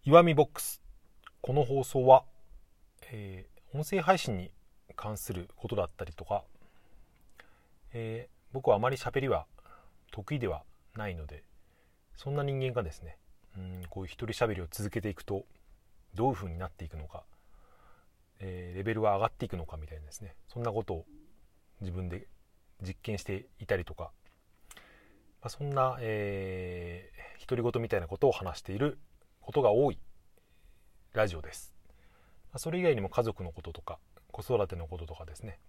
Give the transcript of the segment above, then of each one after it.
岩見ボックス。この放送は、音声配信に関することだったりとか、僕はあまり喋りは得意ではないので、そんな人間がですね、こういう一人喋りを続けていくとどういう風になっていくのか、レベルは上がっていくのかみたいなですね、そんなことを自分で実験していたりとか、そんな、独り言みたいなことを話していることが多いラジオです。それ以外にも家族のこととか子育てのこととかですね、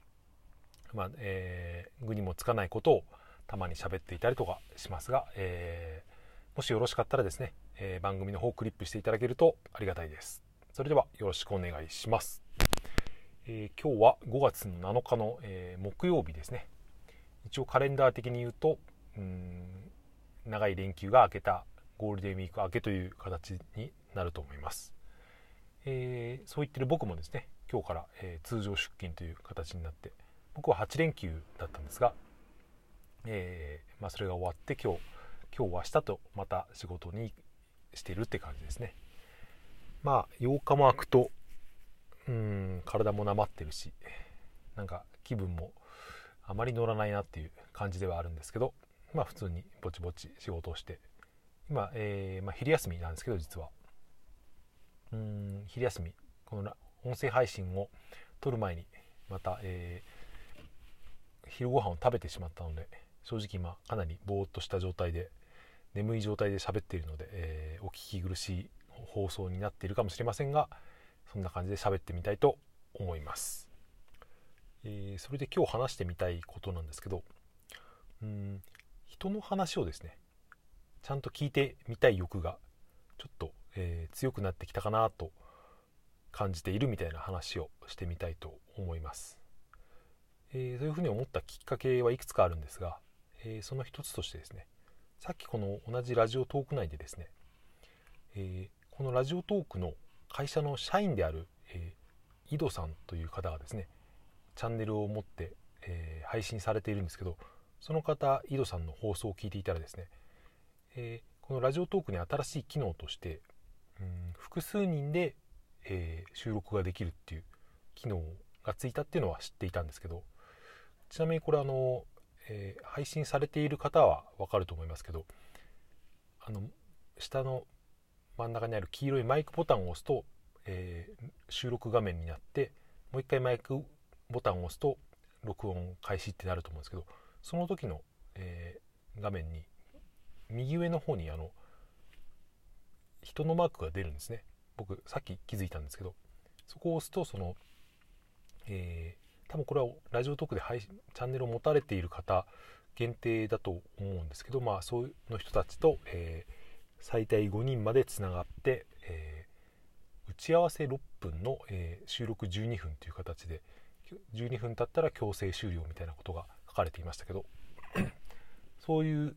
具にもつかないことをたまに喋っていたりとかしますが、もしよろしかったらですね、番組の方をクリップしていただけるとありがたいです。それではよろしくお願いします。今日は5月の7日の、木曜日ですね。一応カレンダー的に言うと長い連休が明けたゴールデンウィーク明けという形になると思います。そう言ってる僕もですね、今日から、通常出勤という形になって、僕は8連休だったんですが、それが終わって今日明日とまた仕事にしているって感じですね。8日も空くと体もなまってるし、なんか気分もあまり乗らないなっていう感じではあるんですけど、普通にぼちぼち仕事をして今、昼休みなんですけど、実は昼休み、この音声配信を撮る前にまた、昼ご飯を食べてしまったので、正直今かなりぼーっとした状態で眠い状態で喋っているので、お聞き苦しい放送になっているかもしれませんが、そんな感じで喋ってみたいと思います。それで今日話してみたいことなんですけど、人の話をですねちゃんと聞いてみたい欲がちょっと、強くなってきたかなと感じているみたいな話をしてみたいと思います。そういうふうに思ったきっかけはいくつかあるんですが、その一つとしてですね、さっきこの同じラジオトーク内でですね、このラジオトークの会社の社員である、井戸さんという方がですねチャンネルを持って、配信されているんですけど、その方、井戸さんの放送を聞いていたらですね、このラジオトークに新しい機能として複数人で、収録ができるっていう機能がついたっていうのは知っていたんですけど、ちなみにこれ配信されている方は分かると思いますけど、下の真ん中にある黄色いマイクボタンを押すと、収録画面になって、もう一回マイクボタンを押すと録音開始ってなると思うんですけど、その時の、画面に右上の方に人のマークが出るんですね。僕さっき気づいたんですけど、そこを押すと多分これはラジオトークでチャンネルを持たれている方限定だと思うんですけど、そういうの人たちと、最大5人までつながって、打ち合わせ6分の、収録12分という形で12分経ったら強制終了みたいなことが書かれていましたけどそういう、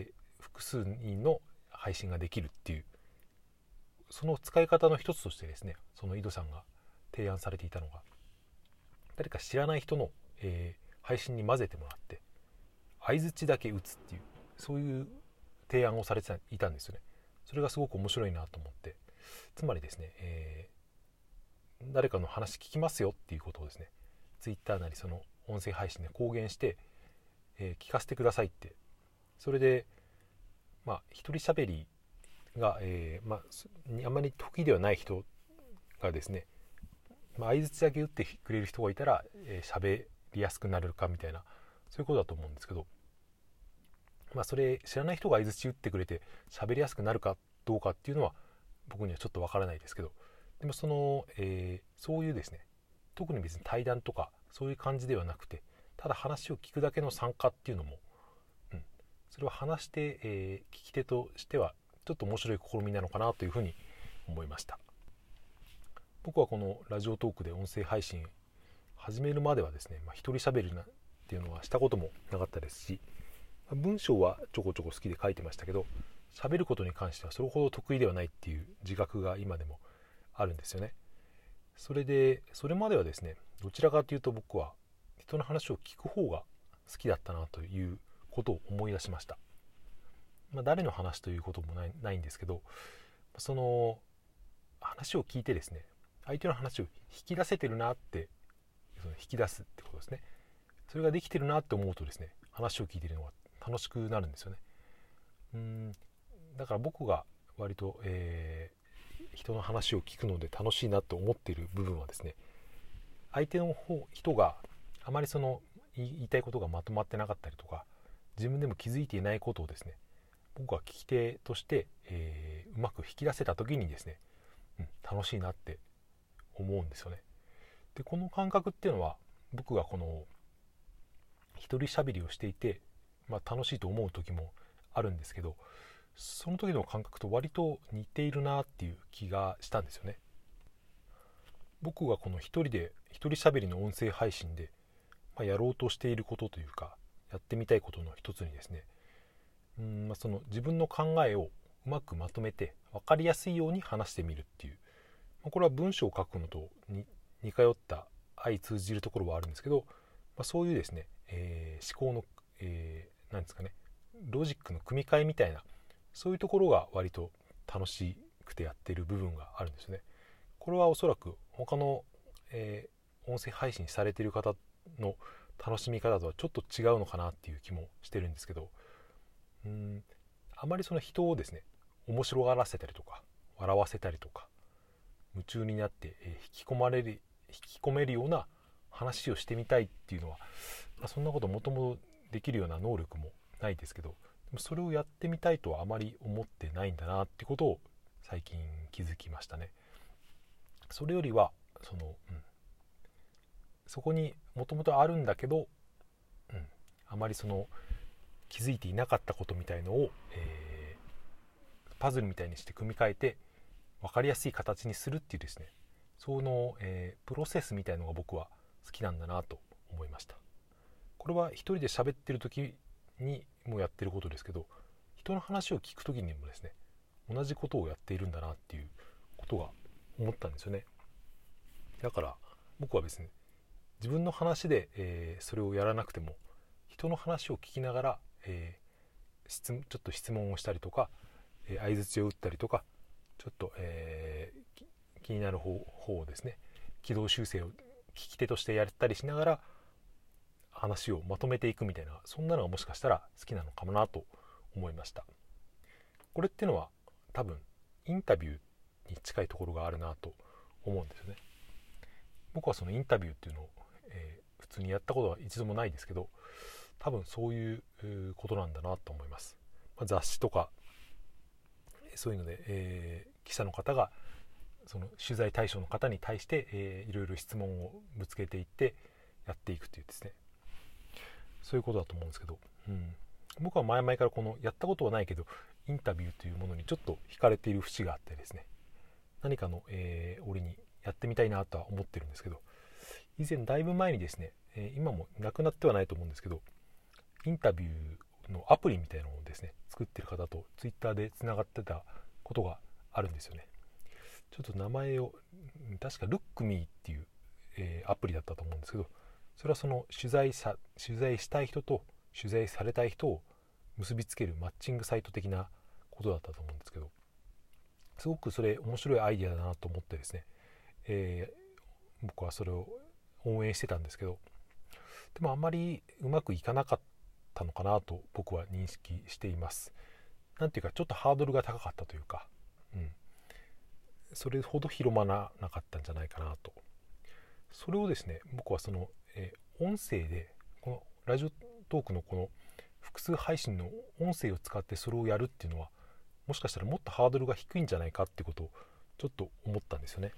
複数人の配信ができるっていう、その使い方の一つとしてですね、その井戸さんが提案されていたのが、誰か知らない人の、配信に混ぜてもらって相槌だけ打つっていう、そういう提案をされていたんですよね。それがすごく面白いなと思って、つまりですね、誰かの話聞きますよっていうことをですね、ツイッターなりその音声配信で公言して、聞かせてくださいって、それで一人喋りが、あまり得意ではない人がですね、相槌だけ打ってくれる人がいたら喋りやすくなるかみたいな、そういうことだと思うんですけど、それ知らない人が相槌打ってくれて喋りやすくなるかどうかっていうのは僕にはちょっとわからないですけど、でもそういうですね、特に別に対談とかそういう感じではなくて、ただ話を聞くだけの参加っていうのも、それは話して、聞き手としてはちょっと面白い試みなのかなというふうに思いました。僕はこのラジオトークで音声配信始めるまではですね、一人喋るなっていうのはしたこともなかったですし、文章はちょこちょこ好きで書いてましたけど、喋ることに関してはそれほど得意ではないっていう自覚が今でもあるんですよね。それまではですね、どちらかというと僕は人の話を聞く方が好きだったなということを思い出しました。誰の話ということもないんですけど、 話を聞いてですね、相手の話を引き出せてるなって、その引き出すってことですね。それができてるなって思うとですね、話を聞いてるのが楽しくなるんですよね。だから僕が割と、人の話を聞くので楽しいなと思っている部分はですね、相手の人があまりその言いたいことがまとまってなかったりとか、自分でも気づいていないことをですね、僕は聞き手として、うまく引き出せた時にですね、楽しいなって思うんですよね。でこの感覚っていうのは、僕がこの一人喋りをしていて、楽しいと思う時もあるんですけど、その時の感覚と割と似ているなっていう気がしたんですよね。僕がこの一人喋りの音声配信で、やろうとしていることというか、やってみたいことの一つにですね、その自分の考えをうまくまとめて分かりやすいように話してみるっていう、これは文章を書くのと似通った相通じるところはあるんですけど、そういうですね、思考の、なんですかね、ロジックの組み替えみたいな、そういうところが割と楽しくてやってる部分があるんですね。これはおそらく他の、音声配信されている方の楽しみ方とはちょっと違うのかなっていう気もしてるんですけど、あまりその人をですね、面白がらせたりとか笑わせたりとか夢中になって、引き込めるような話をしてみたいっていうのは、そんなこともともとできるような能力もないですけど、それをやってみたいとはあまり思ってないんだなってことを最近気づきましたね。それよりはそこにもともとあるんだけど、あまりその気づいていなかったことみたいのを、パズルみたいにして組み替えて分かりやすい形にするっていうですね、その、プロセスみたいのが僕は好きなんだなと思いました。これは一人で喋ってる時にもやってることですけど、人の話を聞く時にもですね、同じことをやっているんだなっていうことが思ったんですよね。だから僕は別に自分の話で、それをやらなくても、人の話を聞きながら、ちょっと質問をしたりとか、相槌を打ったりとか、ちょっと、気になる方をですね、軌道修正を聞き手としてやったりしながら話をまとめていくみたいな、そんなのがもしかしたら好きなのかもなと思いました。これっていうのは多分インタビューに近いところがあるなと思うんですよね。僕はそのインタビューっていうのを、普通にやったことは一度もないですけど、多分そういうことなんだなと思います。雑誌とかそういうので、記者の方がその取材対象の方に対して、いろいろ質問をぶつけていってやっていくというですね、そういうことだと思うんですけど、僕は前々からこのやったことはないけどインタビューというものにちょっと惹かれている節があってですね、何かの、折にやってみたいなとは思ってるんですけど、以前だいぶ前にですね、今もなくなってはないと思うんですけど、インタビューのアプリみたいなのをですね作ってる方とツイッターでつながってたことがあるんですよね。ちょっと名前を確か LookMe っていう、アプリだったと思うんですけど、それはその取材したい人と取材されたい人を結びつけるマッチングサイト的なことだったと思うんですけど、すごくそれ面白いアイデアだなと思ってですね、僕はそれを応援してたんですけど、でもあんまりうまくいかなかったのかなと僕は認識しています。なんていうかちょっとハードルが高かったというか、それほど広まらなかったんじゃないかなと。それをですね、僕はその、音声でこのラジオトークのこの複数配信の音声を使ってそれをやるっていうのは、もしかしたらもっとハードルが低いんじゃないかってことをちょっと思ったんですよね。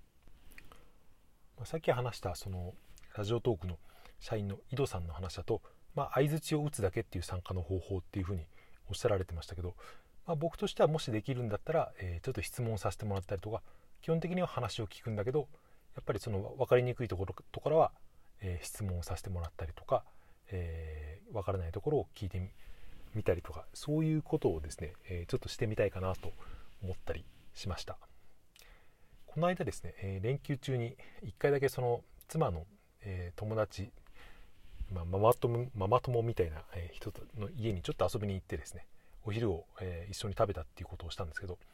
さっき話したそのラジオトークの社員の井戸さんの話だと、相槌を打つだけっていう参加の方法っていうふうにおっしゃられてましたけど、僕としてはもしできるんだったら、ちょっと質問させてもらったりとか、基本的には話を聞くんだけど、やっぱりその分かりにくいところからは、質問をさせてもらったりとか、分からないところを聞いてみたりとか、そういうことをですね、ちょっとしてみたいかなと思ったりしました。この間ですね、連休中に1回だけその妻の、友達、ママ友みたいな人の家にちょっと遊びに行ってですね、お昼を、一緒に食べたっていうことをしたんですけど、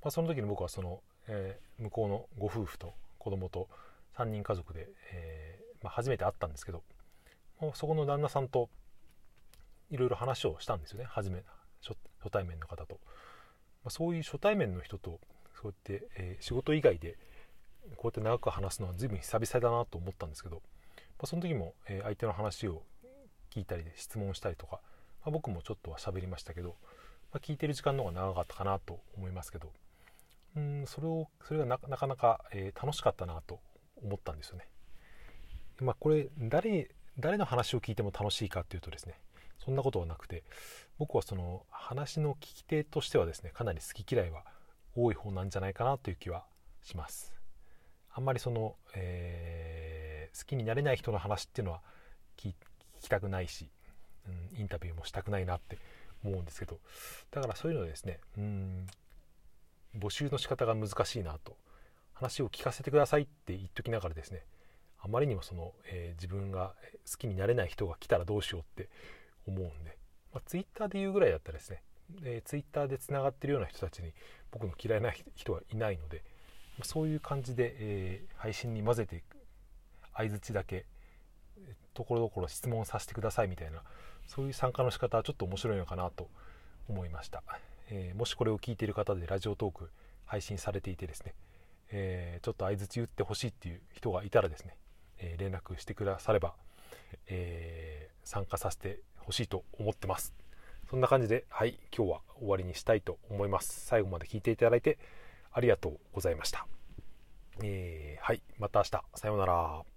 その時に僕は向こうのご夫婦と子供と3人家族で、初めて会ったんですけど、そこの旦那さんといろいろ話をしたんですよね。初対面の方と、そういう初対面の人とそうやって、仕事以外でこうやって長く話すのは随分久々だなと思ったんですけど、その時も、相手の話を聞いたりで質問したりとか、僕もちょっとは喋りましたけど、聞いてる時間の方が長かったかなと思いますけど、それがなかなか、楽しかったなと思ったんですよね。これ誰の話を聞いても楽しいかっていうとですね、そんなことはなくて、僕はその話の聞き手としてはですね、かなり好き嫌いは多い方なんじゃないかなという気はします。あんまり好きになれない人の話っていうのは聞きたくないし、インタビューもしたくないなって思うんですけど、だからそういうのですね、募集の仕方が難しいなと、話を聞かせてくださいって言っときながらですね、あまりにも自分が好きになれない人が来たらどうしようって思うんで、ツイッターで言うぐらいだったらですね、ツイッターでつながってるような人たちに僕の嫌いな人はいないので、そういう感じで、配信に混ぜていく、相槌だけところどころ質問させてくださいみたいな、そういう参加の仕方はちょっと面白いのかなと思いました。もしこれを聞いている方でラジオトーク配信されていてですね、ちょっと相槌打ってほしいっていう人がいたらですね、連絡してくだされば、参加させてほしいと思ってます。そんな感じで、はい、今日は終わりにしたいと思います。最後まで聞いていただいてありがとうございました。はい、また明日、さようなら。